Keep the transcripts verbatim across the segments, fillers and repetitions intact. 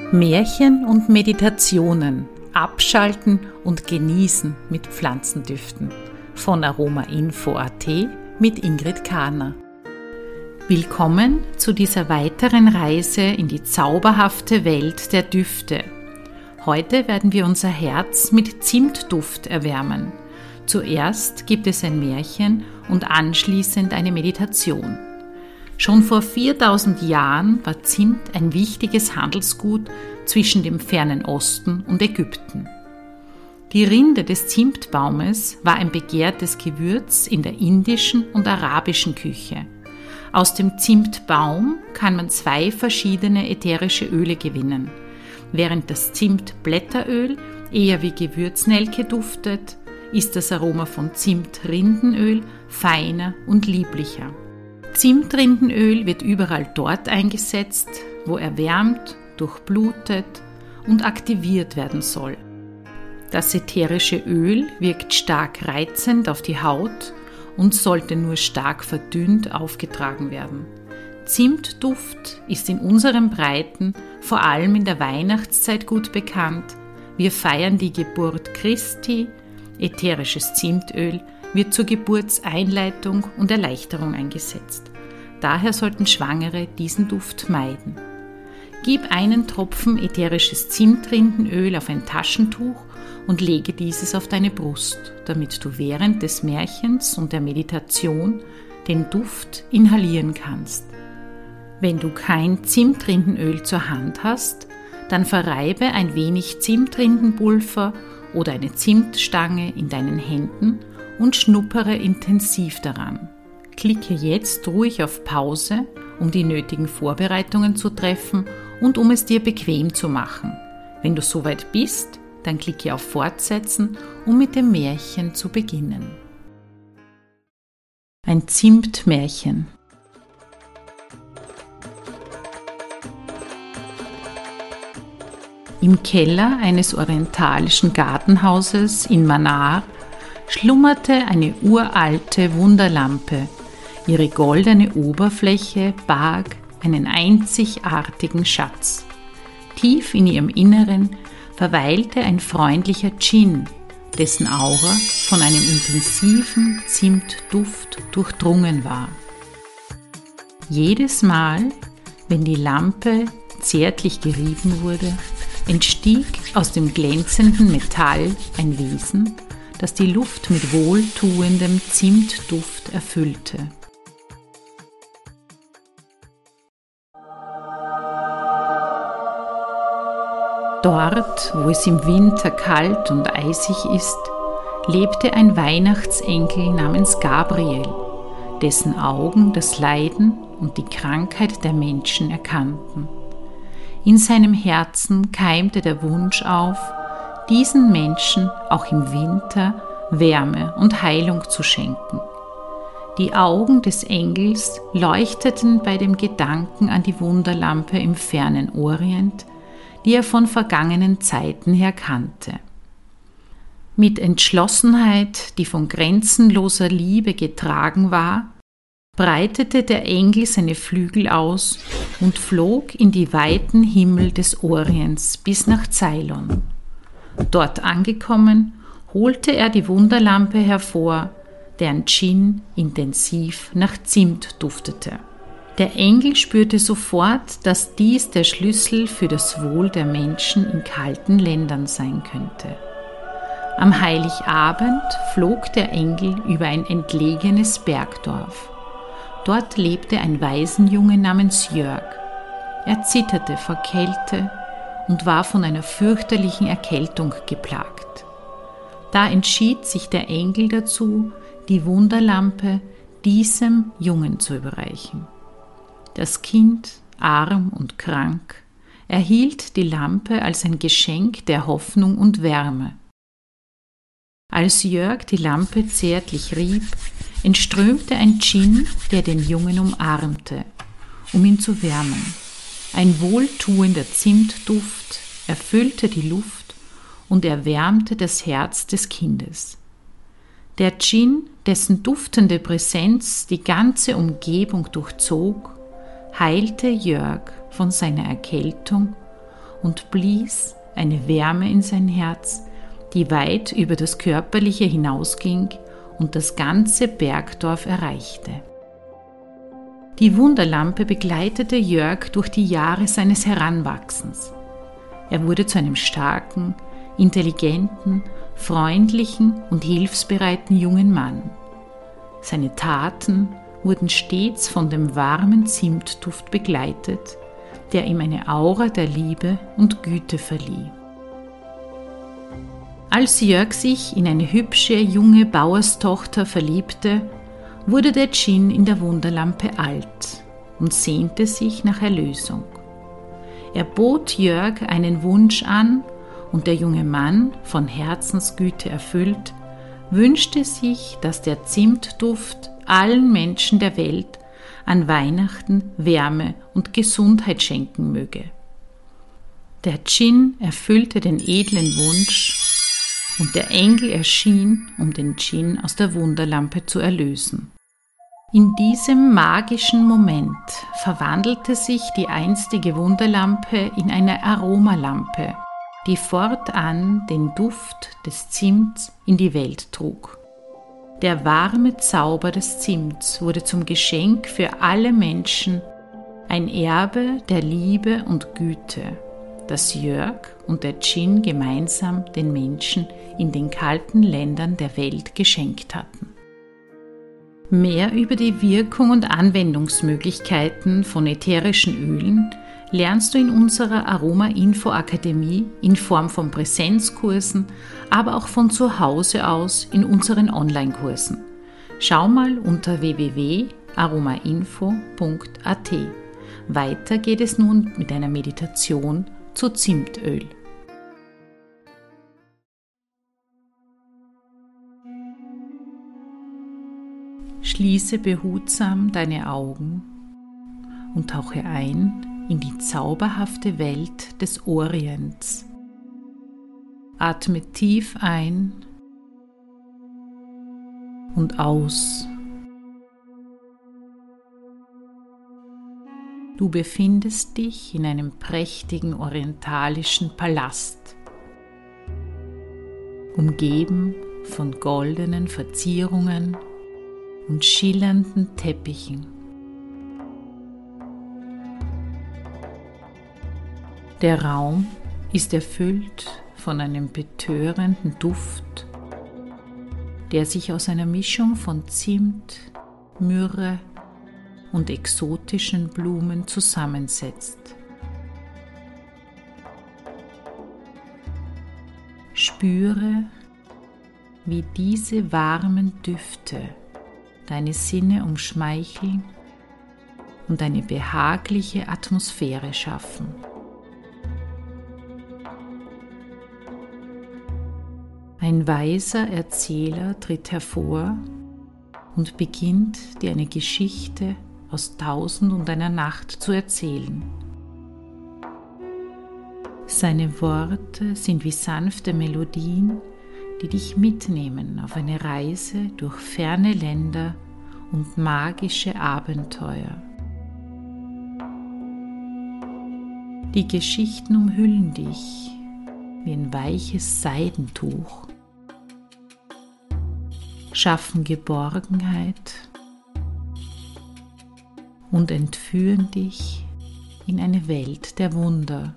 Märchen und Meditationen, abschalten und genießen mit Pflanzendüften von aromainfo punkt at mit Ingrid Kahner. Willkommen zu dieser weiteren Reise in die zauberhafte Welt der Düfte. Heute werden wir unser Herz mit Zimtduft erwärmen. Zuerst gibt es ein Märchen und anschließend eine Meditation. Schon vor viertausend Jahren war Zimt ein wichtiges Handelsgut zwischen dem fernen Osten und Ägypten. Die Rinde des Zimtbaumes war ein begehrtes Gewürz in der indischen und arabischen Küche. Aus dem Zimtbaum kann man zwei verschiedene ätherische Öle gewinnen. Während das Zimtblätteröl eher wie Gewürznelke duftet, ist das Aroma von Zimtrindenöl feiner und lieblicher. Zimtrindenöl wird überall dort eingesetzt, wo erwärmt, durchblutet und aktiviert werden soll. Das ätherische Öl wirkt stark reizend auf die Haut und sollte nur stark verdünnt aufgetragen werden. Zimtduft ist in unseren Breiten vor allem in der Weihnachtszeit gut bekannt. Wir feiern die Geburt Christi. Ätherisches Zimtöl wird zur Geburtseinleitung und Erleichterung eingesetzt. Daher sollten Schwangere diesen Duft meiden. Gib einen Tropfen ätherisches Zimtrindenöl auf ein Taschentuch und lege dieses auf deine Brust, damit du während des Märchens und der Meditation den Duft inhalieren kannst. Wenn du kein Zimtrindenöl zur Hand hast, dann verreibe ein wenig Zimtrindenpulver oder eine Zimtstange in deinen Händen und schnuppere intensiv daran. Klicke jetzt ruhig auf Pause, um die nötigen Vorbereitungen zu treffen und um es dir bequem zu machen. Wenn du soweit bist, dann klicke auf Fortsetzen, um mit dem Märchen zu beginnen. Ein Zimtmärchen. Im Keller eines orientalischen Gartenhauses in Mannar schlummerte eine uralte Wunderlampe. Ihre goldene Oberfläche barg einen einzigartigen Schatz. Tief in ihrem Inneren verweilte ein freundlicher Dschinn, dessen Aura von einem intensiven Zimtduft durchdrungen war. Jedes Mal, wenn die Lampe zärtlich gerieben wurde, entstieg aus dem glänzenden Metall ein Wesen, das die Luft mit wohltuendem Zimtduft erfüllte. Dort, wo es im Winter kalt und eisig ist, lebte ein Weihnachtsenkel namens Gabriel, dessen Augen das Leiden und die Krankheit der Menschen erkannten. In seinem Herzen keimte der Wunsch auf, diesen Menschen auch im Winter Wärme und Heilung zu schenken. Die Augen des Engels leuchteten bei dem Gedanken an die Wunderlampe im fernen Orient, die er von vergangenen Zeiten her kannte. Mit Entschlossenheit, die von grenzenloser Liebe getragen war, breitete der Engel seine Flügel aus und flog in die weiten Himmel des Orients bis nach Ceylon. Dort angekommen, holte er die Wunderlampe hervor, deren Dschinn intensiv nach Zimt duftete. Der Engel spürte sofort, dass dies der Schlüssel für das Wohl der Menschen in kalten Ländern sein könnte. Am Heiligabend flog der Engel über ein entlegenes Bergdorf. Dort lebte ein Waisenjunge namens Jörg. Er zitterte vor Kälte und war von einer fürchterlichen Erkältung geplagt. Da entschied sich der Engel dazu, die Wunderlampe diesem Jungen zu überreichen. Das Kind, arm und krank, erhielt die Lampe als ein Geschenk der Hoffnung und Wärme. Als Jörg die Lampe zärtlich rieb, entströmte ein Dschinn, der den Jungen umarmte, um ihn zu wärmen. Ein wohltuender Zimtduft erfüllte die Luft und erwärmte das Herz des Kindes. Der Dschinn, dessen duftende Präsenz die ganze Umgebung durchzog, heilte Jörg von seiner Erkältung und blies eine Wärme in sein Herz, die weit über das Körperliche hinausging und das ganze Bergdorf erreichte. Die Wunderlampe begleitete Jörg durch die Jahre seines Heranwachsens. Er wurde zu einem starken, intelligenten, freundlichen und hilfsbereiten jungen Mann. Seine Taten wurden stets von dem warmen Zimtduft begleitet, der ihm eine Aura der Liebe und Güte verlieh. Als Jörg sich in eine hübsche, junge Bauerstochter verliebte, wurde der Dschinn in der Wunderlampe alt und sehnte sich nach Erlösung. Er bot Jörg einen Wunsch an und der junge Mann, von Herzensgüte erfüllt, wünschte sich, dass der Zimtduft allen Menschen der Welt an Weihnachten Wärme und Gesundheit schenken möge. Der Dschinn erfüllte den edlen Wunsch und der Engel erschien, um den Dschinn aus der Wunderlampe zu erlösen. In diesem magischen Moment verwandelte sich die einstige Wunderlampe in eine Aromalampe, die fortan den Duft des Zimts in die Welt trug. Der warme Zauber des Zimts wurde zum Geschenk für alle Menschen, ein Erbe der Liebe und Güte, das Jörg und der Dschinn gemeinsam den Menschen in den kalten Ländern der Welt geschenkt hatten. Mehr über die Wirkung und Anwendungsmöglichkeiten von ätherischen Ölen lernst du in unserer Aroma-Info-Akademie in Form von Präsenzkursen, aber auch von zu Hause aus in unseren Online-Kursen. Schau mal unter w w w punkt aromainfo punkt a t. Weiter geht es nun mit einer Meditation zu Zimtöl. Schließe behutsam deine Augen und tauche ein in die zauberhafte Welt des Orients. Atme tief ein und aus. Du befindest dich in einem prächtigen orientalischen Palast, umgeben von goldenen Verzierungen und schillernden Teppichen. Der Raum ist erfüllt von einem betörenden Duft, der sich aus einer Mischung von Zimt, Myrrhe und exotischen Blumen zusammensetzt. Spüre, wie diese warmen Düfte deine Sinne umschmeicheln und eine behagliche Atmosphäre schaffen. Ein weiser Erzähler tritt hervor und beginnt dir eine Geschichte aus Tausend und einer Nacht zu erzählen. Seine Worte sind wie sanfte Melodien, die dich mitnehmen auf eine Reise durch ferne Länder und magische Abenteuer. Die Geschichten umhüllen dich wie ein weiches Seidentuch, schaffen Geborgenheit und entführen dich in eine Welt der Wunder.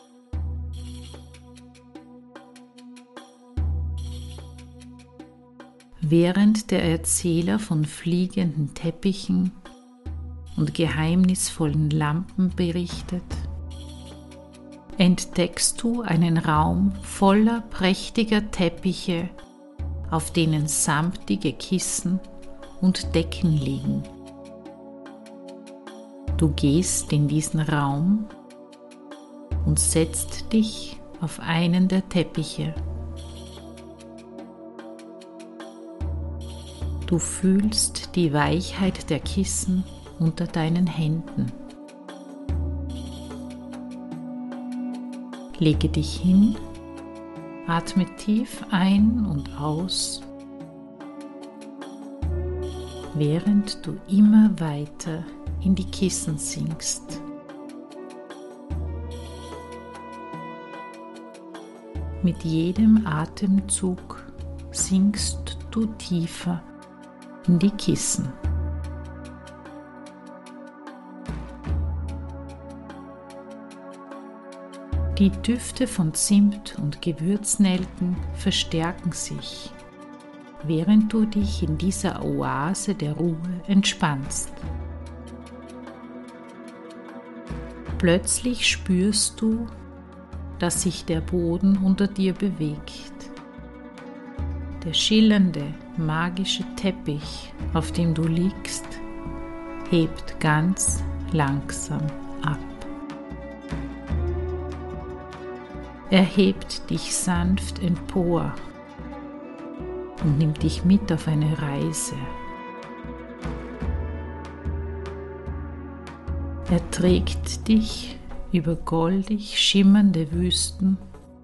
Während der Erzähler von fliegenden Teppichen und geheimnisvollen Lampen berichtet, entdeckst du einen Raum voller prächtiger Teppiche, auf denen samtige Kissen und Decken liegen. Du gehst in diesen Raum und setzt dich auf einen der Teppiche. Du fühlst die Weichheit der Kissen unter deinen Händen. Lege dich hin, atme tief ein und aus, während du immer weiter in die Kissen sinkst. mit jedem Atemzug sinkst du tiefer in die Kissen. Die Düfte von Zimt und Gewürznelken verstärken sich, während du dich in dieser Oase der Ruhe entspannst. Plötzlich spürst du, dass sich der Boden unter dir bewegt. Der schillernde, magische Teppich, auf dem du liegst, hebt ganz langsam ab. Er hebt dich sanft empor und nimmt dich mit auf eine Reise. Er trägt dich über goldig schimmernde Wüsten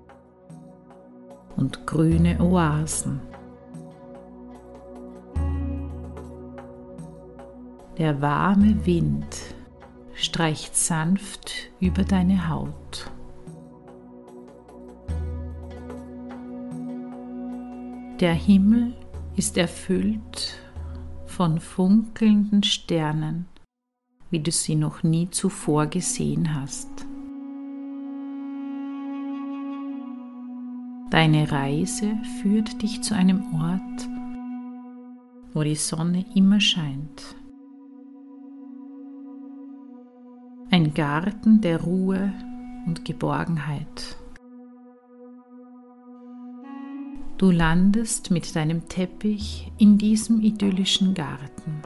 und grüne Oasen. Der warme Wind streicht sanft über deine Haut. Der Himmel ist erfüllt von funkelnden Sternen, wie du sie noch nie zuvor gesehen hast. Deine Reise führt dich zu einem Ort, wo die Sonne immer scheint. Ein Garten der Ruhe und Geborgenheit. Du landest mit deinem Teppich in diesem idyllischen Garten,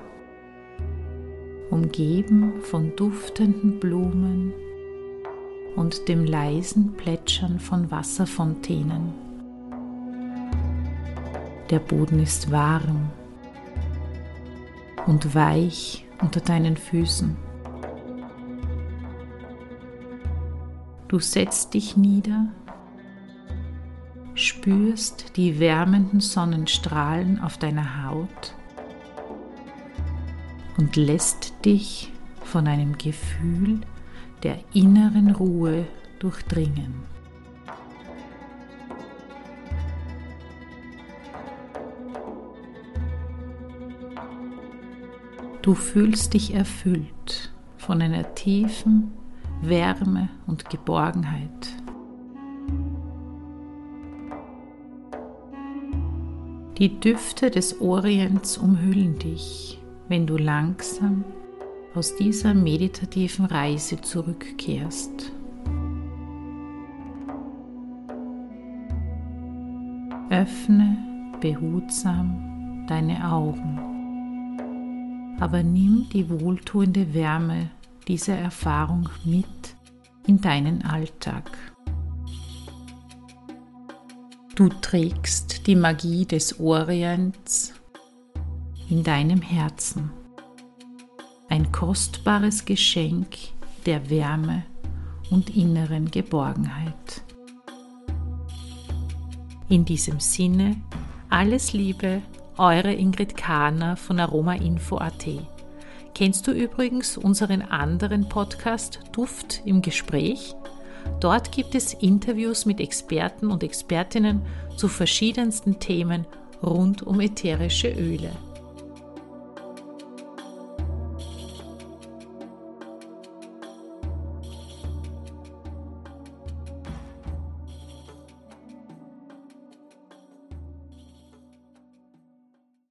umgeben von duftenden Blumen und dem leisen Plätschern von Wasserfontänen. Der Boden ist warm und weich unter deinen Füßen. Du setzt dich nieder, spürst die wärmenden Sonnenstrahlen auf deiner Haut und lässt dich von einem Gefühl der inneren Ruhe durchdringen. Du fühlst dich erfüllt von einer tiefen Wärme und Geborgenheit. Die Düfte des Orients umhüllen dich, wenn du langsam aus dieser meditativen Reise zurückkehrst. Öffne behutsam deine Augen, aber nimm die wohltuende Wärme dieser Erfahrung mit in deinen Alltag. Du trägst die Magie des Orients in deinem Herzen. Ein kostbares Geschenk der Wärme und inneren Geborgenheit. In diesem Sinne, alles Liebe, eure Ingrid Kahner von aromainfo punkt at. Kennst du übrigens unseren anderen Podcast Duft im Gespräch? Dort gibt es Interviews mit Experten und Expertinnen zu verschiedensten Themen rund um ätherische Öle.